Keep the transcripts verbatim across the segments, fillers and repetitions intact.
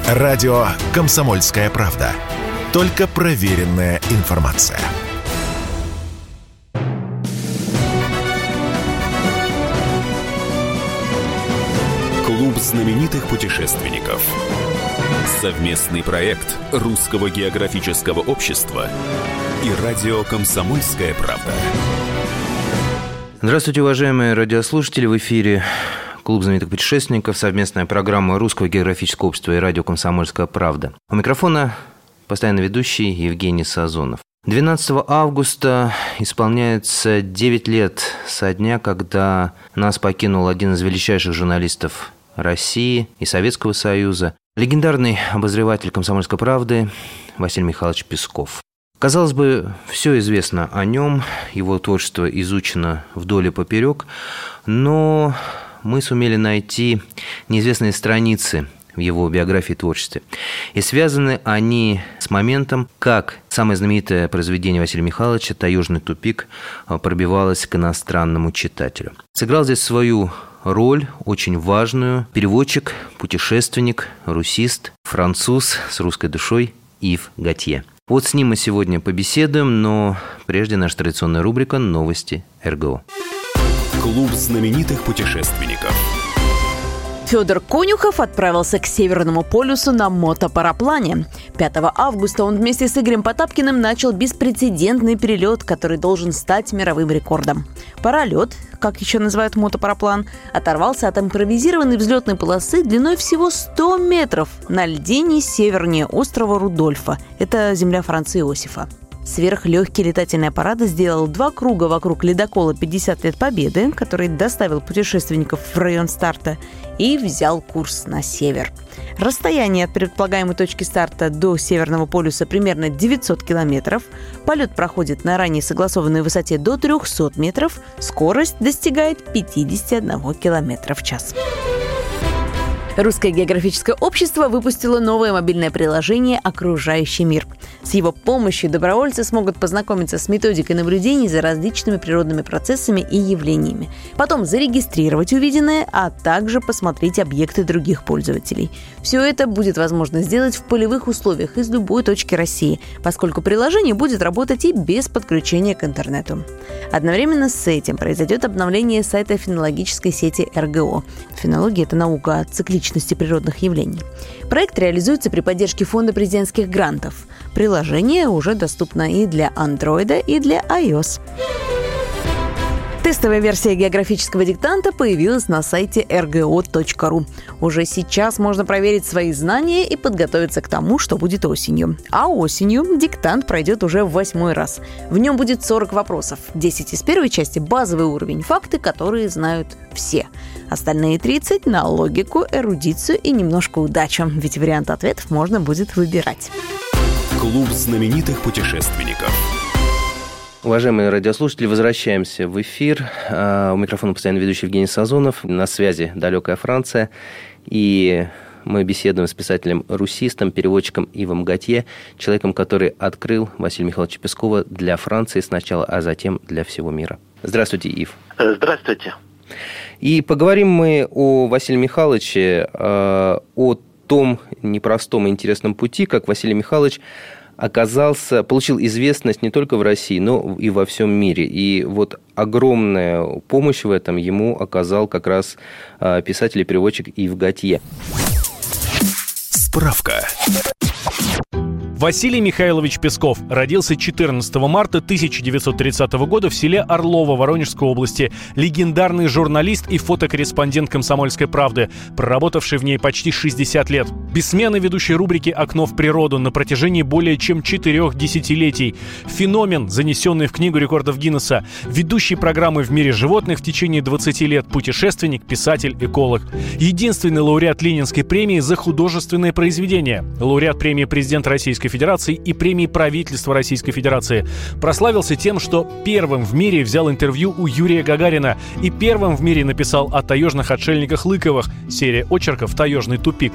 Радио «Комсомольская правда». Только проверенная информация. Клуб знаменитых путешественников. Совместный проект Русского географического общества и радио «Комсомольская правда». Здравствуйте, уважаемые радиослушатели. В эфире Клуб знаменитых путешественников, совместная программа Русского географического общества и радио «Комсомольская правда». У микрофона постоянно ведущий Евгений Сазонов. двенадцатого августа исполняется девять лет со дня, когда нас покинул один из величайших журналистов России и Советского Союза, легендарный обозреватель «Комсомольской правды» Василий Михайлович Песков. Казалось бы, все известно о нем, его творчество изучено вдоль и поперек, но мы сумели найти неизвестные страницы в его биографии и творчестве. И связаны они с моментом, как самое знаменитое произведение Василия Михайловича «Таежный тупик» пробивалось к иностранному читателю. Сыграл здесь свою роль, очень важную, переводчик, путешественник, русист, француз с русской душой Ив Готье. Вот с ним мы сегодня побеседуем, но прежде наша традиционная рубрика «Новости эр гэ о». Клуб знаменитых путешественников. Федор Конюхов отправился к Северному полюсу на мотопараплане. пятого августа он вместе с Игорем Потапкиным начал беспрецедентный перелет, который должен стать мировым рекордом. Паралет, как еще называют мотопараплан, оторвался от импровизированной взлетной полосы длиной всего сто метров на льдине севернее острова Рудольфа. Это земля Франца Иосифа. Сверхлегкий летательный аппарат сделал два круга вокруг ледокола «пятьдесят лет Победы», который доставил путешественников в район старта, и взял курс на север. Расстояние от предполагаемой точки старта до Северного полюса примерно девятьсот километров. Полет проходит на ранее согласованной высоте до триста метров. Скорость достигает пятьдесят один километр в час. Русское географическое общество выпустило новое мобильное приложение «Окружающий мир». С его помощью добровольцы смогут познакомиться с методикой наблюдений за различными природными процессами и явлениями. Потом зарегистрировать увиденное, а также посмотреть объекты других пользователей. Все это будет возможно сделать в полевых условиях из любой точки России, поскольку приложение будет работать и без подключения к интернету. Одновременно с этим произойдет обновление сайта фенологической сети эр гэ о. Фенология – это наука о цикличности природных явлений. Проект реализуется при поддержке Фонда президентских грантов. Приложение уже доступно и для Android, и для iOS. Тестовая версия географического диктанта появилась на сайте эр гэ о точка ру. Уже сейчас можно проверить свои знания и подготовиться к тому, что будет осенью. А осенью диктант пройдет уже в восьмой раз. В нем будет сорок вопросов. десять из первой части – базовый уровень, факты, которые знают все. Остальные тридцать – на логику, эрудицию и немножко удачу, ведь вариант ответов можно будет выбирать. Клуб знаменитых путешественников. Уважаемые радиослушатели, возвращаемся в эфир. У микрофона постоянно ведущий Евгений Сазонов. На связи далекая Франция. И мы беседуем с писателем-русистом, переводчиком Ивом Готье, человеком, который открыл Василия Михайловича Пескова для Франции сначала, а затем для всего мира. Здравствуйте, Ив. Здравствуйте. И поговорим мы о Василии Михайловиче, о том непростом и интересном пути, как Василий Михайлович оказался, получил известность не только в России, но и во всем мире. И вот огромную помощь в этом ему оказал как раз писатель и переводчик Ив Готье. Справка. Василий Михайлович Песков родился четырнадцатого марта тысяча девятьсот тридцатого года в селе Орлово Воронежской области. Легендарный журналист и фотокорреспондент «Комсомольской правды», проработавший в ней почти шестьдесят лет. Бессменный ведущий рубрики «Окно в природу» на протяжении более чем четырех десятилетий. Феномен, занесенный в Книгу рекордов Гиннесса. Ведущий программы «В мире животных» в течение двадцати лет. Путешественник, писатель, эколог. Единственный лауреат Ленинской премии за художественное произведение. Лауреат премии «Президент Российской Федерации» и премии правительства Российской Федерации. Прославился тем, что первым в мире взял интервью у Юрия Гагарина и первым в мире написал о таежных отшельниках Лыковых. Серия очерков «Таежный тупик».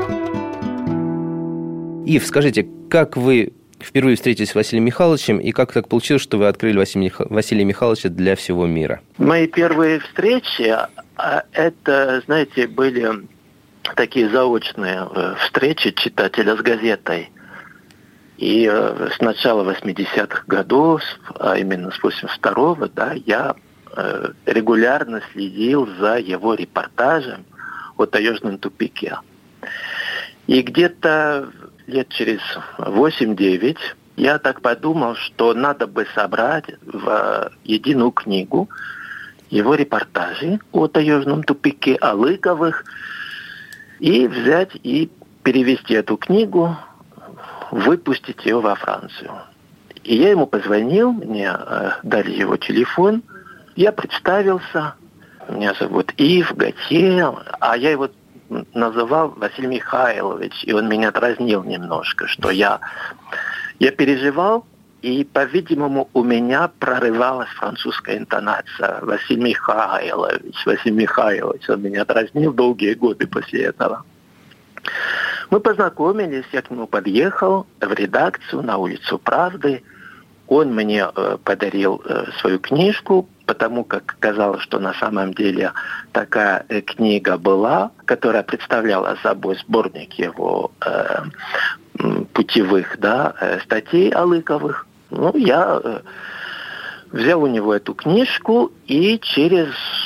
Ив, скажите, как вы впервые встретились с Василием Михайловичем, и как так получилось, что вы открыли Василия Михайловича для всего мира? Мои первые встречи, это, знаете, были такие заочные встречи читателя с газетой. И с начала восьмидесятых годов, а именно с восемьдесят второго, да, я регулярно следил за его репортажем о таежном тупике. И где-то лет через восемь-девять я так подумал, что надо бы собрать в единую книгу его репортажи о таежном тупике, о Лыковых, и взять и перевести эту книгу, выпустить ее во Францию. И я ему позвонил, мне э, дали его телефон, я представился, меня зовут Ив Готье, а я его называл Василий Михайлович, и он меня дразнил немножко, что я, я переживал, и, по-видимому, у меня прорывалась французская интонация. Василий Михайлович, Василий Михайлович, он меня дразнил долгие годы после этого. Мы познакомились, я к нему подъехал в редакцию на улицу Правды. Он мне э, подарил э, свою книжку, потому как казалось, что на самом деле такая э, книга была, которая представляла собой сборник его э, путевых, да, э, статей о Лыковых. Ну, я э, взял у него эту книжку, и через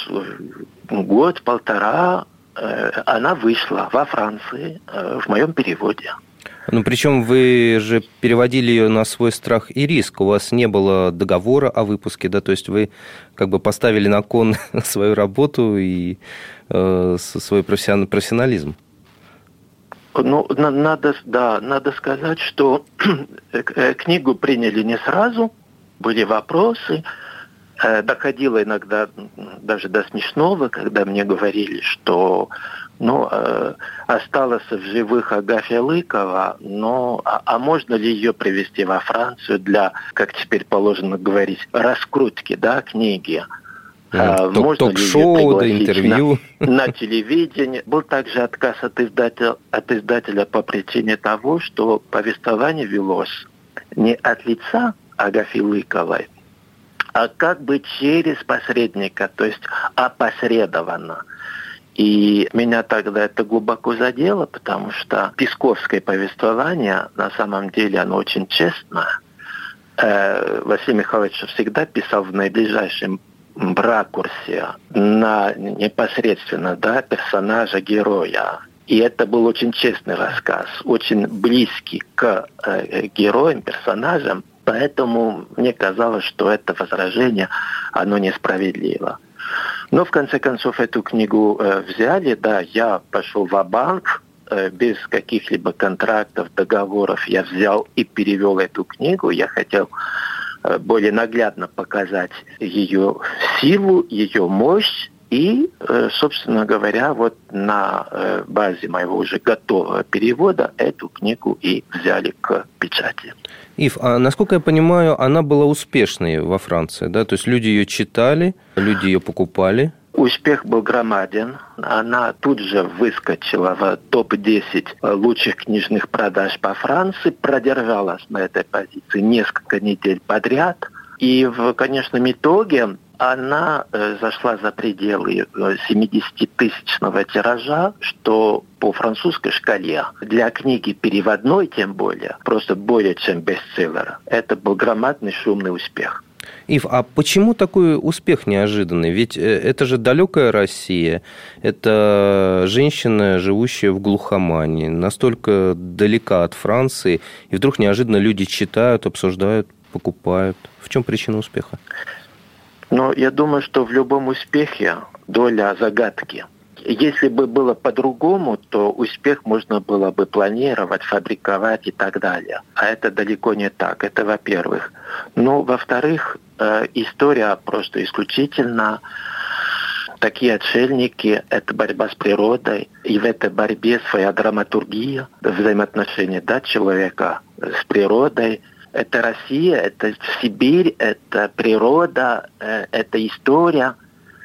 год-полтора э, она вышла во Франции э, в моем переводе. Ну, причем вы же переводили ее на свой страх и риск. У вас не было договора о выпуске, да, то есть вы как бы поставили на кон свою работу и э, свой профессионализм. Ну, надо, да, надо сказать, что книгу приняли не сразу, были вопросы. Доходило иногда даже до смешного, когда мне говорили, что ну, осталась в живых Агафья Лыкова, но а, а можно ли ее привезти во Францию для, как теперь положено говорить, раскрутки, да, книги? А, можно ток-шоу, да, интервью. На, на телевидении. Был также отказ от издателя, от издателя по причине того, что повествование велось не от лица Агафьи Лыковой, а как бы через посредника, то есть опосредованно. И меня тогда это глубоко задело, потому что песковское повествование, на самом деле, оно очень честное. Э, Василий Михайлович всегда писал в наиближайшем ракурсе на непосредственно, да, персонажа, героя. И это был очень честный рассказ, очень близкий к э, героям, персонажам. Поэтому мне казалось, что это возражение, оно несправедливо. Но в конце концов эту книгу э, взяли, да, я пошел ва-банк, э, без каких-либо контрактов, договоров, я взял и перевел эту книгу. Я хотел э, более наглядно показать ее силу, ее мощь. И, э, собственно говоря, вот на э, базе моего уже готового перевода эту книгу и взяли к печати. Ив, а насколько я понимаю, она была успешной во Франции, да? То есть люди ее читали, люди ее покупали? Успех был громаден. Она тут же выскочила в топ десять лучших книжных продаж по Франции, продержалась на этой позиции несколько недель подряд. И в конечном итоге она э, зашла за пределы семидесятитысячного тиража, что по французской шкале для книги переводной, тем более, просто более чем бестселлер. Это был громадный шумный успех. Ив, а почему такой успех неожиданный? Ведь это же далекая Россия, это женщина, живущая в глухомане, настолько далека от Франции, и вдруг неожиданно люди читают, обсуждают, покупают. В чем причина успеха? Но я думаю, что в любом успехе доля загадки. Если бы было по-другому, то успех можно было бы планировать, фабриковать и так далее. А это далеко не так. Это во-первых. Но во-вторых, э, история просто исключительно. Такие отшельники – это борьба с природой. И в этой борьбе своя драматургия, взаимоотношения, да, человека с природой. Это Россия, это Сибирь, это природа, это история.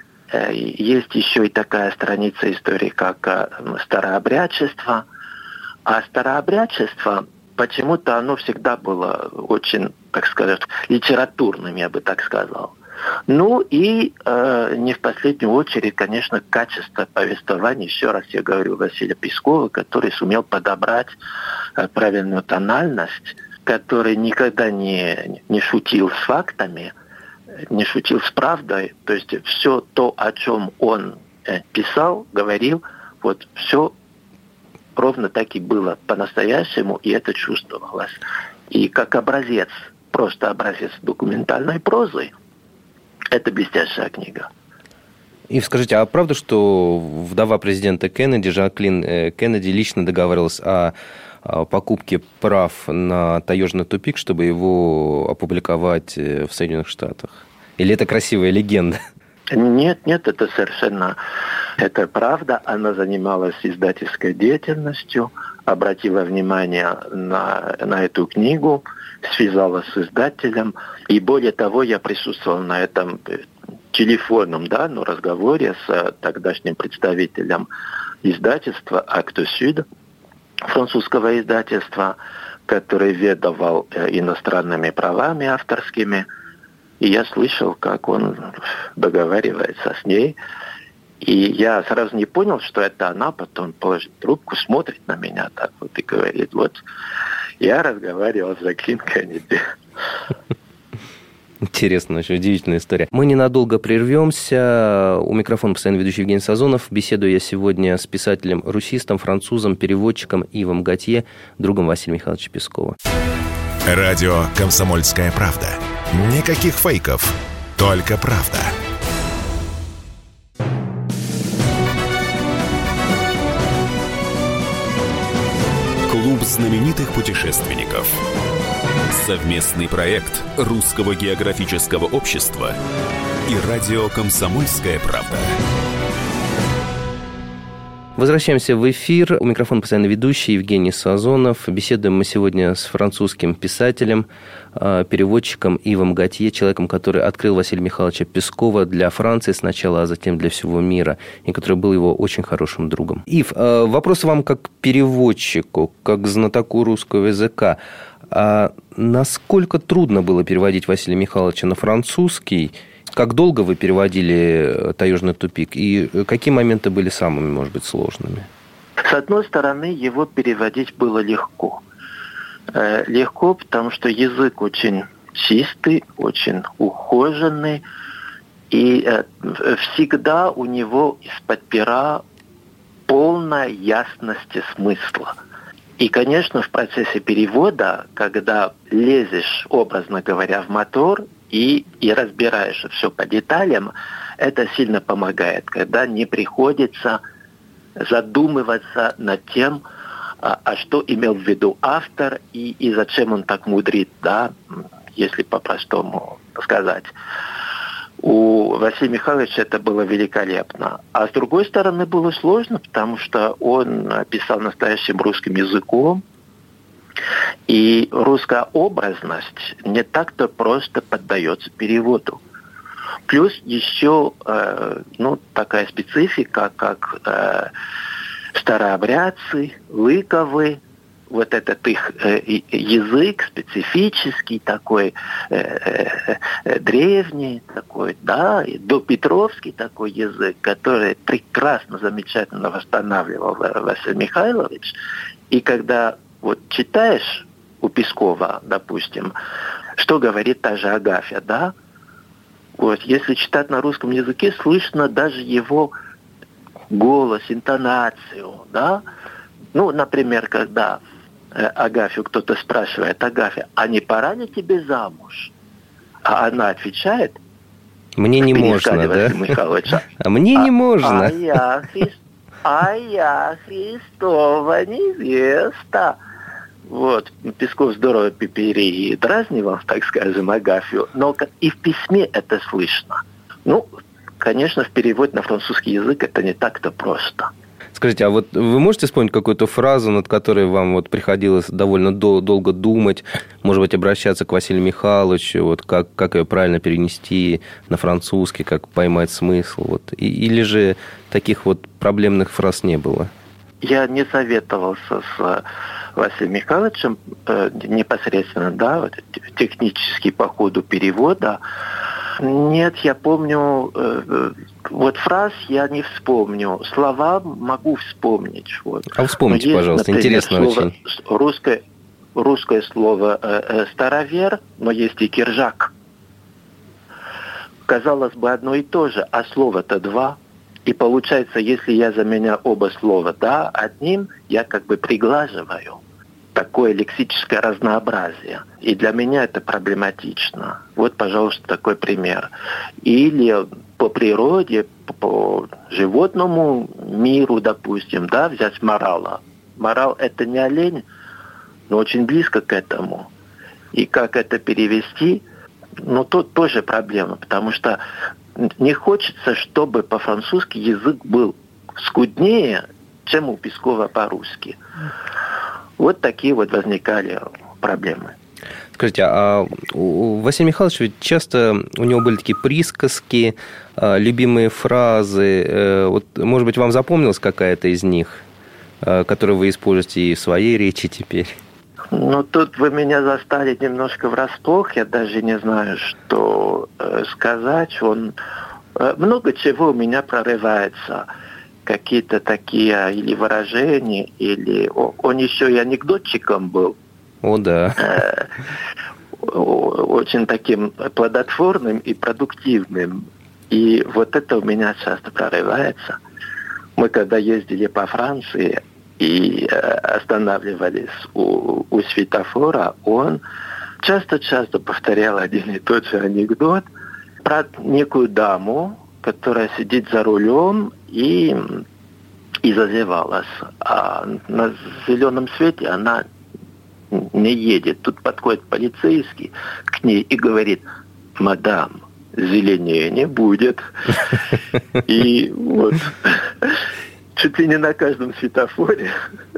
Есть еще и такая страница истории, как старообрядчество. А старообрядчество, почему-то оно всегда было очень, так сказать, литературным, я бы так сказал. Ну и э, не в последнюю очередь, конечно, качество повествования. Еще раз я говорю Василия Пескова, который сумел подобрать э, правильную тональность, который никогда не, не шутил с фактами, не шутил с правдой. То есть все то, о чем он э, писал, говорил, вот все ровно так и было по-настоящему, и это чувствовалось. И как образец, просто образец документальной прозы, это блестящая книга. И скажите, а правда, что вдова президента Кеннеди, Жаклин Кеннеди, лично договаривалась о покупке прав на таежный тупик, чтобы его опубликовать в Соединенных Штатах? Или это красивая легенда? Нет, нет, это совершенно... Это правда. Она занималась издательской деятельностью, обратила внимание на, на эту книгу, связалась с издателем. И более того, я присутствовал на этом телефонном, да, ну, разговоре с тогдашним представителем издательства «Actes Sud», французского издательства, который ведовал иностранными правами авторскими. И я слышал, как он договаривается с ней. И я сразу не понял, что это она, потом положит трубку, смотрит на меня так вот и говорит, вот, я разговаривал с Жаклин Кеннеди. Интересно, очень удивительная история. Мы ненадолго прервемся. У микрофона постоянно ведущий Евгений Сазонов. Беседую я сегодня с писателем-русистом, французом, переводчиком Ивом Готье, другом Василия Михайловича Пескова. Радио «Комсомольская правда». Никаких фейков, только правда. Клуб знаменитых путешественников. Совместный проект Русского географического общества и радио «Комсомольская правда». Возвращаемся в эфир. У микрофона постоянно ведущий Евгений Сазонов. Беседуем мы сегодня с французским писателем, переводчиком Ивом Готье, человеком, который открыл Василия Михайловича Пескова для Франции сначала, а затем для всего мира, и который был его очень хорошим другом. Ив, вопрос вам как переводчику, как знатоку русского языка. А насколько трудно было переводить Василия Михайловича на французский? Как долго вы переводили «Таежный тупик» и какие моменты были самыми, может быть, сложными? С одной стороны, его переводить было легко. Легко, потому что язык очень чистый, очень ухоженный, и всегда у него из-под пера полная ясность смысла. И, конечно, в процессе перевода, когда лезешь, образно говоря, в мотор, И, и разбираешь все по деталям, это сильно помогает, когда не приходится задумываться над тем, а, а что имел в виду автор и, и зачем он так мудрит, да, если по-простому сказать. У Василия Михайловича это было великолепно. А с другой стороны, было сложно, потому что он писал настоящим русским языком, и русская образность не так-то просто поддается переводу. Плюс еще э, ну, такая специфика, как э, старообрядцы, лыковы, вот этот их э, язык специфический, такой э, э, древний, такой, да, и допетровский такой язык, который прекрасно, замечательно восстанавливал Василий Михайлович. И когда вот читаешь у Пескова, допустим, что говорит та же Агафья, да? Вот, если читать на русском языке, слышно даже его голос, интонацию, да? Ну, например, когда э, Агафью кто-то спрашивает: Агафья, а не пора ли тебе замуж? А она отвечает: мне не можно, да? А мне не можно. А я А я Христова невеста. Вот. Песков здорово передразнивал, так скажем, Агафью, но и в письме это слышно. Ну, конечно, в переводе на французский язык это не так-то просто. Скажите, а вот вы можете вспомнить какую-то фразу, над которой вам вот приходилось довольно дол- долго думать, может быть, обращаться к Василию Михайловичу, вот как, как ее правильно перенести на французский, как поймать смысл? Вот. И, или же таких вот проблемных фраз не было? Я не советовался с Василием Михайловичем э, непосредственно, да, вот, технически по ходу перевода. Нет, я помню, э, вот фраз я не вспомню, слова могу вспомнить. Вот. А вспомните, есть, пожалуйста, например, интересно слово, очень. Русское, русское слово э, э, «старовер», но есть и «киржак». Казалось бы, одно и то же, а слово-то два. И получается, если я заменяю оба слова «да» одним, я как бы приглаживаю такое лексическое разнообразие. И для меня это проблематично. Вот, пожалуйста, такой пример. Или по природе, по животному миру, допустим, да, взять морала. Морал – это не олень, но очень близко к этому. И как это перевести, ну, тут тоже проблема, потому что не хочется, чтобы по-французски язык был скуднее, чем у Пескова по-русски. Вот такие вот возникали проблемы. Скажите, а у Василия Михайловича ведь часто у него были такие присказки, любимые фразы. Вот, может быть, вам запомнилась какая-то из них, которую вы используете и в своей речи теперь? Ну, тут вы меня застали немножко врасплох. Я даже не знаю, что э, сказать. Он, э, много чего у меня прорывается. Какие-то такие или выражения, или... Он еще и анекдотчиком был. О, да. Э, очень таким плодотворным и продуктивным. И вот это у меня часто прорывается. Мы когда ездили по Франции и э, останавливались у, у светофора, он часто-часто повторял один и тот же анекдот про некую даму, которая сидит за рулем и, и зазевалась. А на зеленом свете она не едет. Тут подходит полицейский к ней и говорит: «Мадам, зеленее не будет». И вот чуть ли не на каждом светофоре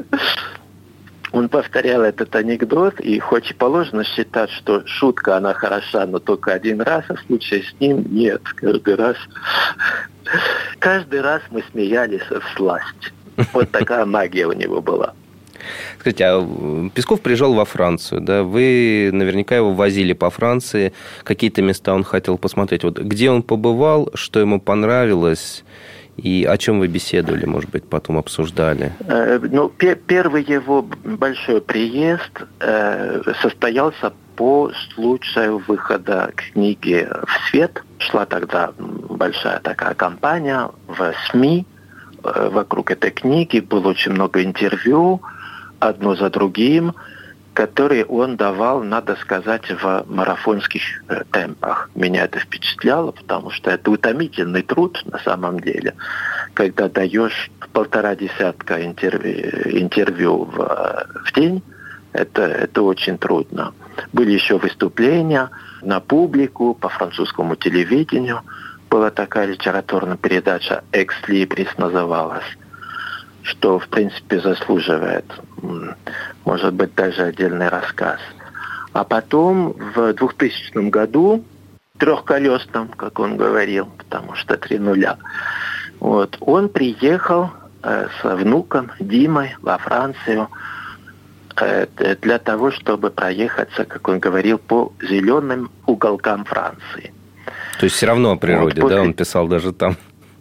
он повторял этот анекдот, и хоть и положено считать, что шутка, она хороша, но только один раз, а в случае с ним нет, каждый раз. Каждый раз мы смеялись всласть. Вот такая магия у него была. Скажите, а Песков приезжал во Францию, да? Вы наверняка его возили по Франции, какие-то места он хотел посмотреть. Вот где он побывал, что ему понравилось, и о чем вы беседовали, может быть, потом обсуждали? Ну, первый его большой приезд состоялся по случаю выхода книги в свет. Шла тогда большая такая кампания в СМИ вокруг этой книги. Было очень много интервью, одно за другим, которые он давал, надо сказать, в марафонских э, темпах. Меня это впечатляло, потому что это утомительный труд на самом деле, когда даешь полтора десятка интервью, интервью в, в день, это, это очень трудно. Были еще выступления на публику, по французскому телевидению. Была такая литературная передача «Экс Либрис» называлась, что, в принципе, заслуживает, может быть, даже отдельный рассказ. А потом, в двухтысячном году, трехколесном, как он говорил, потому что три нуля, вот, он приехал э, со внуком Димой во Францию э, для того, чтобы проехаться, как он говорил, по зеленым уголкам Франции. То есть все равно о природе, вот, после... да, он писал даже там?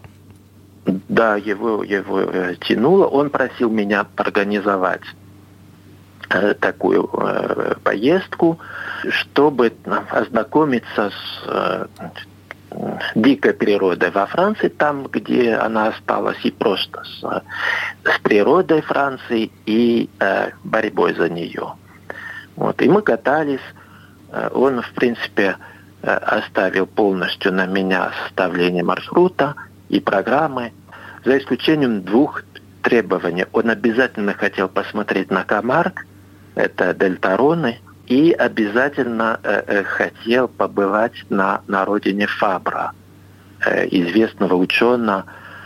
Да, его, его э, тянуло. Он просил меня организовать э, такую э, поездку, чтобы э, ознакомиться с э, дикой природой во Франции, там, где она осталась, и просто с, с природой Франции и э, борьбой за нее. Вот. И мы катались. Э, он, в принципе, э, оставил полностью на меня составление маршрута и программы, за исключением двух требований. Он обязательно хотел посмотреть на Камарк, это Дельтароны, и обязательно э, э, хотел побывать на, на родине Фабра, э, известного ученого,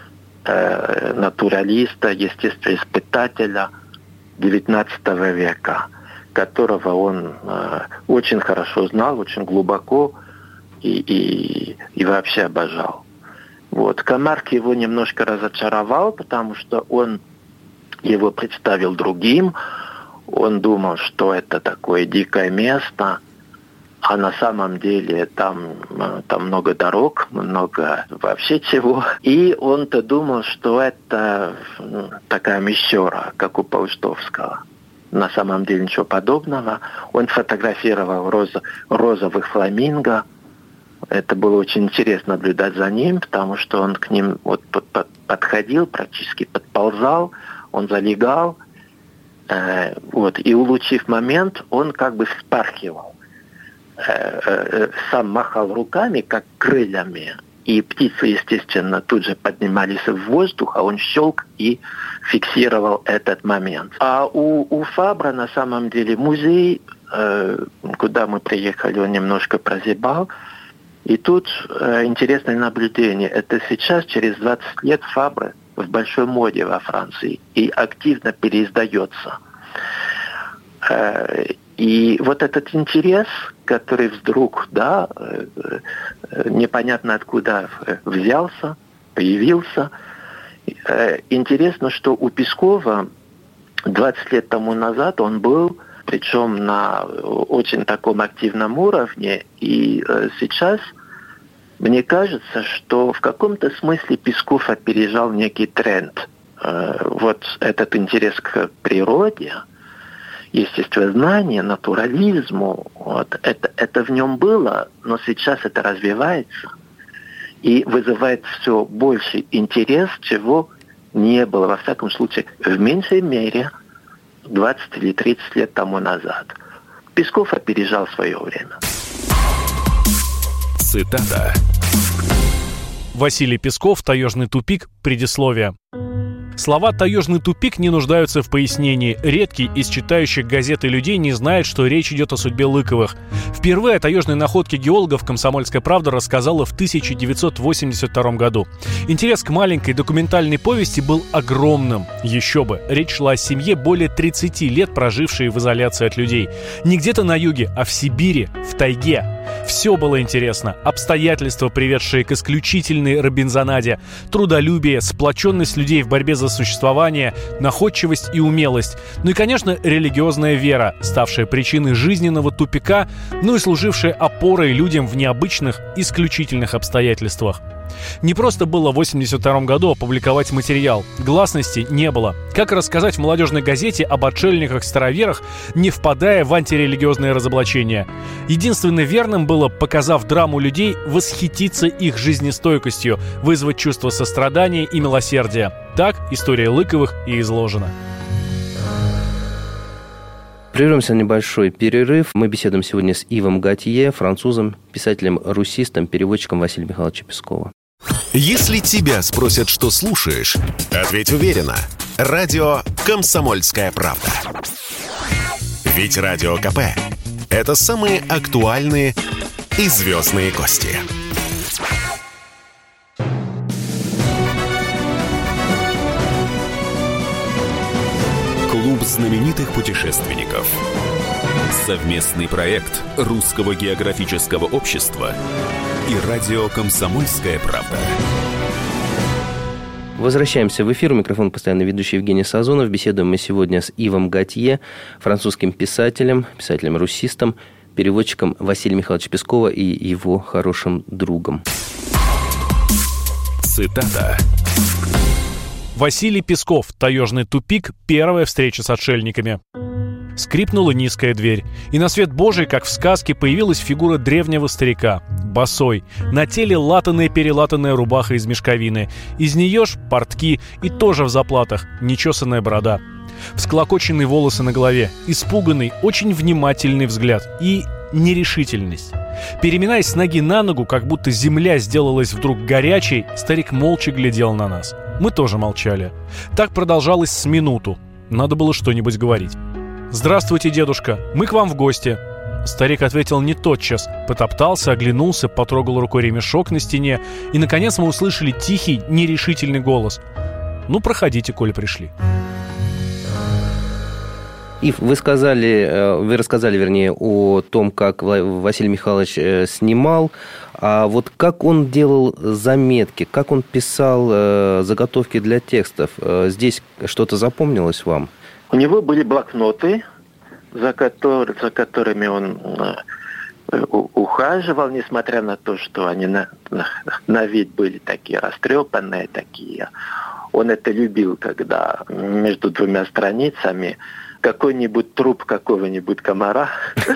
э, натуралиста, естествоиспытателя девятнадцатого века, которого он э, очень хорошо знал, очень глубоко и, и, и вообще обожал. Вот. Камарк его немножко разочаровал, потому что он его представил другим. Он думал, что это такое дикое место, а на самом деле там, там много дорог, много вообще чего. И он-то думал, что это такая мишура, как у Паустовского. На самом деле ничего подобного. Он фотографировал розо, розовых фламинго. Это было очень интересно наблюдать за ним, потому что он к ним вот под, под, подходил, практически подползал, он залегал. Э, вот, и, улучив момент, он как бы вспархивал. Сам махал руками, как крыльями, и птицы, естественно, тут же поднимались в воздух, а он щелк и фиксировал этот момент. А у, у Фабра на самом деле музей, куда мы приехали, он немножко прозябал, и тут интересное наблюдение. Это сейчас, через двадцать лет, Фабра в большой моде во Франции и активно переиздается. И вот этот интерес, который вдруг, да, непонятно откуда взялся, появился. Интересно, что у Пескова двадцать лет тому назад он был, причем на очень таком активном уровне, и сейчас мне кажется, что в каком-то смысле Песков опережал некий тренд. Вот этот интерес к природе, естествознание, натурализму, вот, это, это в нем было, но сейчас это развивается и вызывает все больший интерес, чего не было, во всяком случае, в меньшей мере двадцать или тридцать лет тому назад. Песков опережал свое время. Цитата. Василий Песков, «Таежный тупик», предисловие. Слова «таежный тупик» не нуждаются в пояснении. Редкий из читающих газеты людей не знает, что речь идет о судьбе Лыковых. Впервые о таежной находке геологов «Комсомольская правда» рассказала в тысяча девятьсот восемьдесят втором году. Интерес к маленькой документальной повести был огромным. Еще бы, речь шла о семье, более тридцати лет прожившей в изоляции от людей. Не где-то на юге, а в Сибири, в тайге. Все было интересно. Обстоятельства, приведшие к исключительной робинзонаде, трудолюбие, сплоченность людей в борьбе за существование, находчивость и умелость. Ну и, конечно, религиозная вера, ставшая причиной жизненного тупика, ну и служившая опорой людям в необычных, исключительных обстоятельствах. Не просто было в восемьдесят втором году опубликовать материал. Гласности не было. Как рассказать в молодежной газете об отшельниках-староверах, не впадая в антирелигиозные разоблачения? Единственно верным было, показав драму людей, восхититься их жизнестойкостью, вызвать чувство сострадания и милосердия. Так история Лыковых и изложена. Прервемся на небольшой перерыв. Мы беседуем сегодня с Ивом Готье, французом, писателем-русистом, переводчиком Василия Михайловича Пескова. Если тебя спросят, что слушаешь, ответь уверенно. Радио «Комсомольская правда». Ведь Радио КП – это самые актуальные и звездные гости. Клуб знаменитых путешественников. Совместный проект Русского географического общества и радио «Комсомольская правда». Возвращаемся в эфир. У микрофона постоянно ведущий Евгений Сазонов. Беседуем мы сегодня с Ивом Готье, французским писателем, писателем-русистом, переводчиком Василия Михайловича Пескова и его хорошим другом. Цитата. Василий Песков, «Таежный тупик», первая встреча с отшельниками. Скрипнула низкая дверь, и на свет Божий, как в сказке, появилась фигура древнего старика, босой, на теле латаная-перелатанная рубаха из мешковины, из нее ж портки и тоже в заплатах, нечесанная борода. Всклокоченные волосы на голове, испуганный, очень внимательный взгляд и нерешительность. Переминаясь с ноги на ногу, как будто земля сделалась вдруг горячей, старик молча глядел на нас. Мы тоже молчали. Так продолжалось с минуту. Надо было что-нибудь говорить. «Здравствуйте, дедушка, мы к вам в гости». Старик ответил не тотчас, потоптался, оглянулся, потрогал рукой ремешок на стене, и, наконец, мы услышали тихий, нерешительный голос. «Ну, проходите, коль пришли». Ив, вы сказали, вы рассказали, вернее, о том, как Василий Михайлович снимал, а вот как он делал заметки, как он писал заготовки для текстов, здесь что-то запомнилось вам? У него были блокноты, за, который, за которыми он ухаживал, несмотря на то, что они на, на, на вид были такие растрепанные, такие. Он это любил, когда между двумя страницами какой-нибудь труп какого-нибудь комара.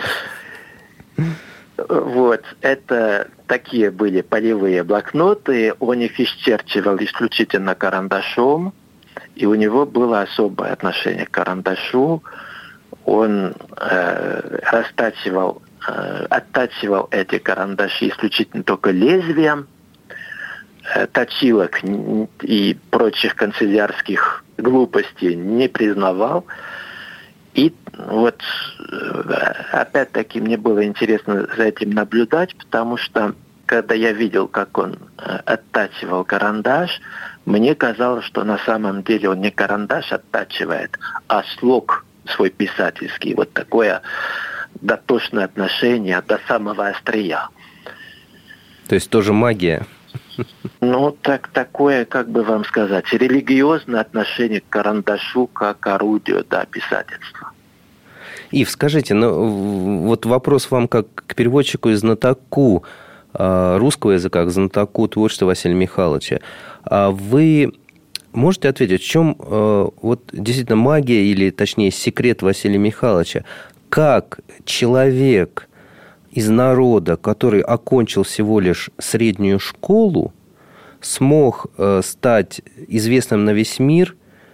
Вот, это такие были полевые блокноты. Он их исчерчивал исключительно карандашом, и у него было особое отношение к карандашу. Он э, растачивал, э, оттачивал эти карандаши исключительно только лезвием, э, точилок и прочих канцелярских глупостей не признавал. И вот опять-таки мне было интересно за этим наблюдать, потому что когда я видел, как он оттачивал карандаш, мне казалось, что на самом деле он не карандаш оттачивает, а слог свой писательский. Вот такое дотошное отношение до самого острия. То есть тоже магия? Ну, так, такое, как бы вам сказать, религиозное отношение к карандашу как к орудию, да, писательства. Ив, скажите, ну, вот вопрос вам как к переводчику и знатоку русского языка, к знатоку творчества Василия Михайловича. Вы можете ответить, в чем вот действительно магия, или точнее секрет Василия Михайловича? Как человек из народа, который окончил всего лишь среднюю школу, смог стать известным на весь мир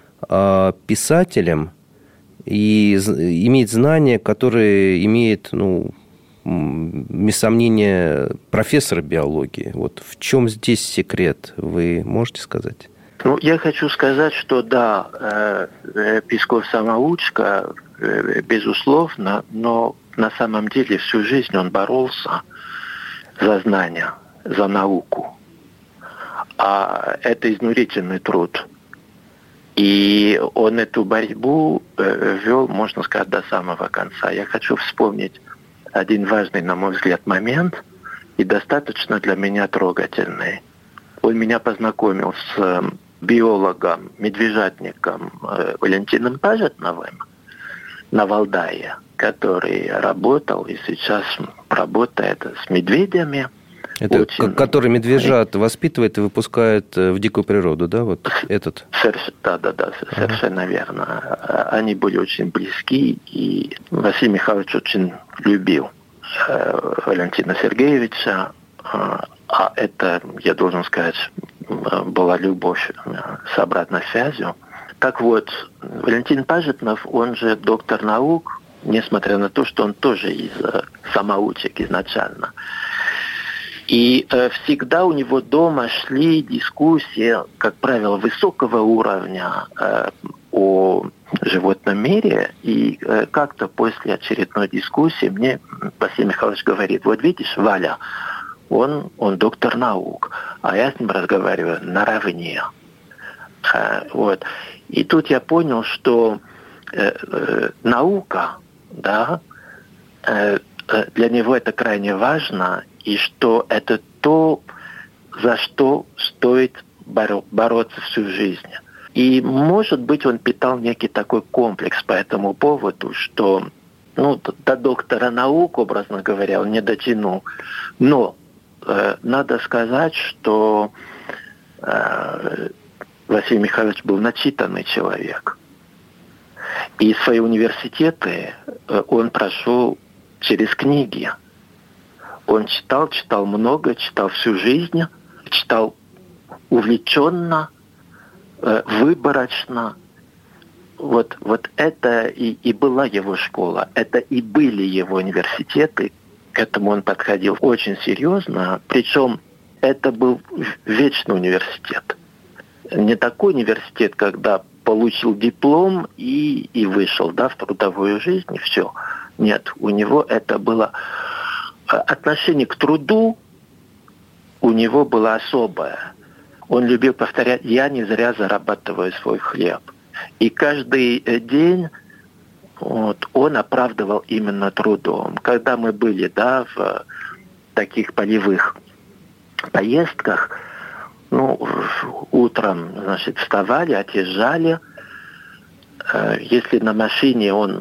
писателем и иметь знания, которые имеет, ну, без сомнения, профессор биологии. Вот в чем здесь секрет, вы можете сказать? Ну, я хочу сказать, что да, Песков-самоучка, безусловно, но на самом деле всю жизнь он боролся за знания, за науку. А это изнурительный труд. И он эту борьбу вел, можно сказать, до самого конца. Я хочу вспомнить один важный, на мой взгляд, момент, и достаточно для меня трогательный. Он меня познакомил с биологом, медвежатником Валентином Пажетновым на Валдае, который работал и сейчас работает с медведями. Это очень... который медвежат воспитывает и выпускает в дикую природу, да, вот этот? Да, да, да, совершенно ага. верно. Они были очень близки, и Василий Михайлович очень любил Валентина Сергеевича, а это, я должен сказать, была любовь с обратной связью. Так вот, Валентин Пажетнов, он же доктор наук, несмотря на то, что он тоже из самоучек изначально. И э, всегда у него дома шли дискуссии, как правило, высокого уровня э, о животном мире. И э, как-то после очередной дискуссии мне Василий Михайлович говорит: вот видишь, Валя, он, он доктор наук, а я с ним разговариваю наравне. Э, вот. И тут я понял, что э, э, наука, да, э, для него это крайне важно, и что это то, за что стоит боро- бороться всю жизнь. И, может быть, он питал некий такой комплекс по этому поводу, что, ну, до доктора наук, образно говоря, он не дотянул. Но э, надо сказать, что э, Василий Михайлович был начитанный человек. И свои университеты э, он прошел через книги. Он читал, читал много, читал всю жизнь, читал увлеченно, э, выборочно. Вот, вот это и, и была его школа, это и были его университеты. К этому он подходил очень серьезно. Причем это был вечный университет. Не такой университет, когда получил диплом и, и вышел, да, в трудовую жизнь, и все. Нет, у него это было... Отношение к труду у него было особое. Он любил повторять: я не зря зарабатываю свой хлеб. И каждый день вот, он оправдывал именно трудом. Когда мы были, да, в таких полевых поездках, ну, утром, значит, вставали, отъезжали. Если на машине он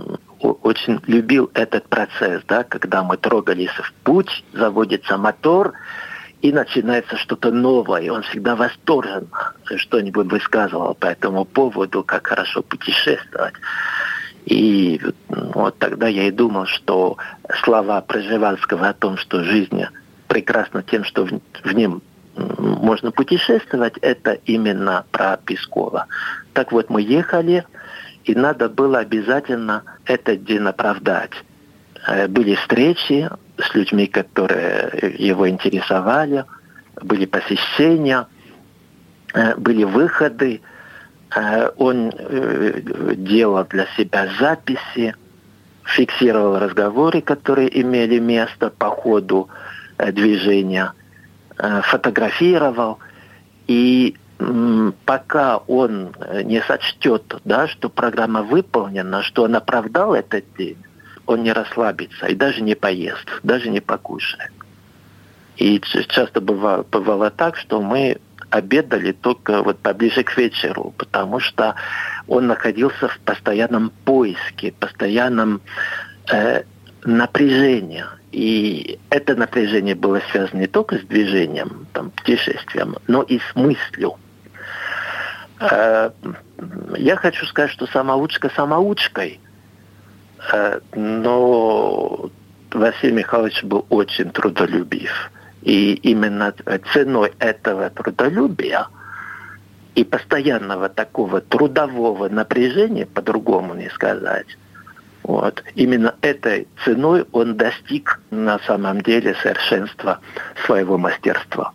очень любил этот процесс, да, когда мы трогались в путь, заводится мотор, и начинается что-то новое. Он всегда восторженно что-нибудь высказывал по этому поводу, как хорошо путешествовать. И вот тогда я и думал, что слова Пржевальского о том, что жизнь прекрасна тем, что в, в нем можно путешествовать, это именно про Пескова. Так вот, мы ехали, и надо было обязательно этот день оправдать. Были встречи с людьми, которые его интересовали, были посещения, были выходы. Он делал для себя записи, фиксировал разговоры, которые имели место по ходу движения, фотографировал. И пока он не сочтет, да, что программа выполнена, что он оправдал этот день, он не расслабится и даже не поест, даже не покушает. И часто бывало, бывало так, что мы обедали только вот поближе к вечеру, потому что он находился в постоянном поиске, постоянном э, напряжении. И это напряжение было связано не только с движением, там, путешествием, но и с мыслью. Э, я хочу сказать, что самоучка самоучкой, э, но Василий Михайлович был очень трудолюбив. И именно ценой этого трудолюбия и постоянного такого трудового напряжения, по-другому не сказать, вот, именно этой ценой он достиг на самом деле совершенства своего мастерства.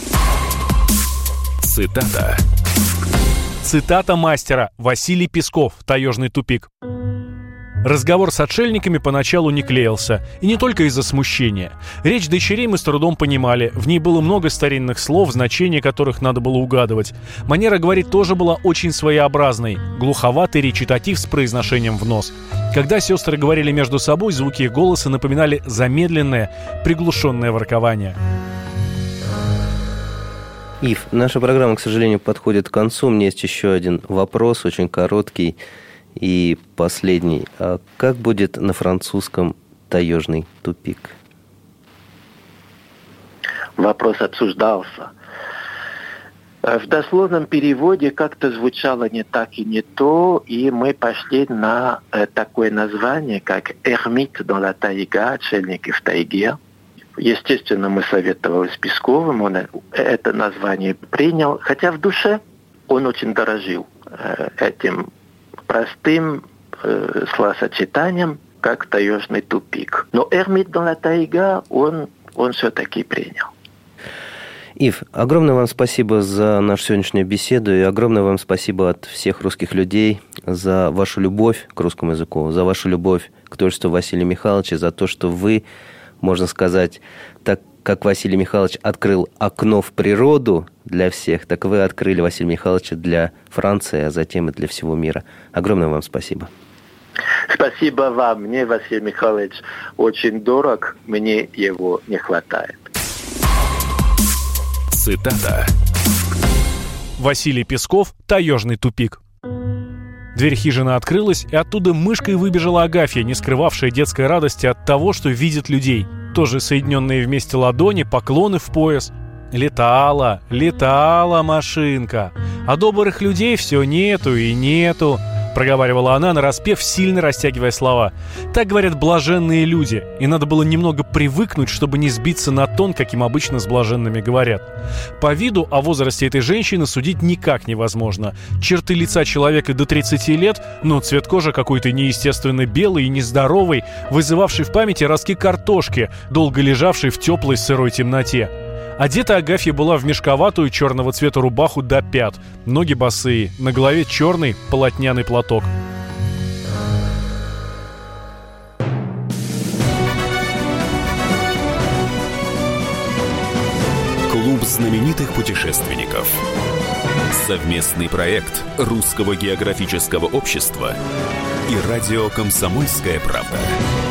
Цитата. Цитата мастера. Василий Песков. «Таежный тупик». Разговор с отшельниками поначалу не клеился, и не только из-за смущения. Речь дочерей мы с трудом понимали, в ней было много старинных слов, значения которых надо было угадывать. Манера говорить тоже была очень своеобразной, глуховатый речитатив с произношением в нос. Когда сестры говорили между собой, звуки их голоса напоминали замедленное, приглушенное воркование. Ив, наша программа, к сожалению, подходит к концу. У меня есть еще один вопрос, очень короткий. И последний. А как будет на французском «таежный тупик»? Вопрос обсуждался. В дословном переводе как-то звучало не так и не то, и мы пошли на такое название, как «Ermite dans la taïga», «Отшельники в тайге». Естественно, мы советовались с Песковым, он это название принял, хотя в душе он очень дорожил этим простым э, словосочетанием, как «таежный тупик». Но «Ermite dans la taïga» он, он все-таки принял. Ив, огромное вам спасибо за нашу сегодняшнюю беседу, и огромное вам спасибо от всех русских людей за вашу любовь к русскому языку, за вашу любовь к творчеству Василия Михайловича, за то, что вы, можно сказать, так как Василий Михайлович открыл окно в природу для всех, так вы открыли Василия Михайловича для Франции, а затем и для всего мира. Огромное вам спасибо. Спасибо вам. Мне Василий Михайлович очень дорог, мне его не хватает. Цитата. Василий Песков. «Таежный тупик». Дверь хижины открылась, и оттуда мышкой выбежала Агафья, не скрывавшая детской радости от того, что видит людей. Тоже соединенные вместе ладони, поклоны в пояс. Летала, летала машинка. А добрых людей все нету и нету, проговаривала она, нараспев, сильно растягивая слова. Так говорят блаженные люди, и надо было немного привыкнуть, чтобы не сбиться на тон, каким обычно с блаженными говорят. По виду о возрасте этой женщины судить никак невозможно. Черты лица человека до тридцати лет, но цвет кожи какой-то неестественно белый и нездоровый, вызывавший в памяти ростки картошки, долго лежавшей в теплой сырой темноте. Одета Агафья была в мешковатую черного цвета рубаху до пят, ноги босые, на голове черный полотняный платок. Клуб знаменитых путешественников. Совместный проект Русского географического общества и радио «Комсомольская правда».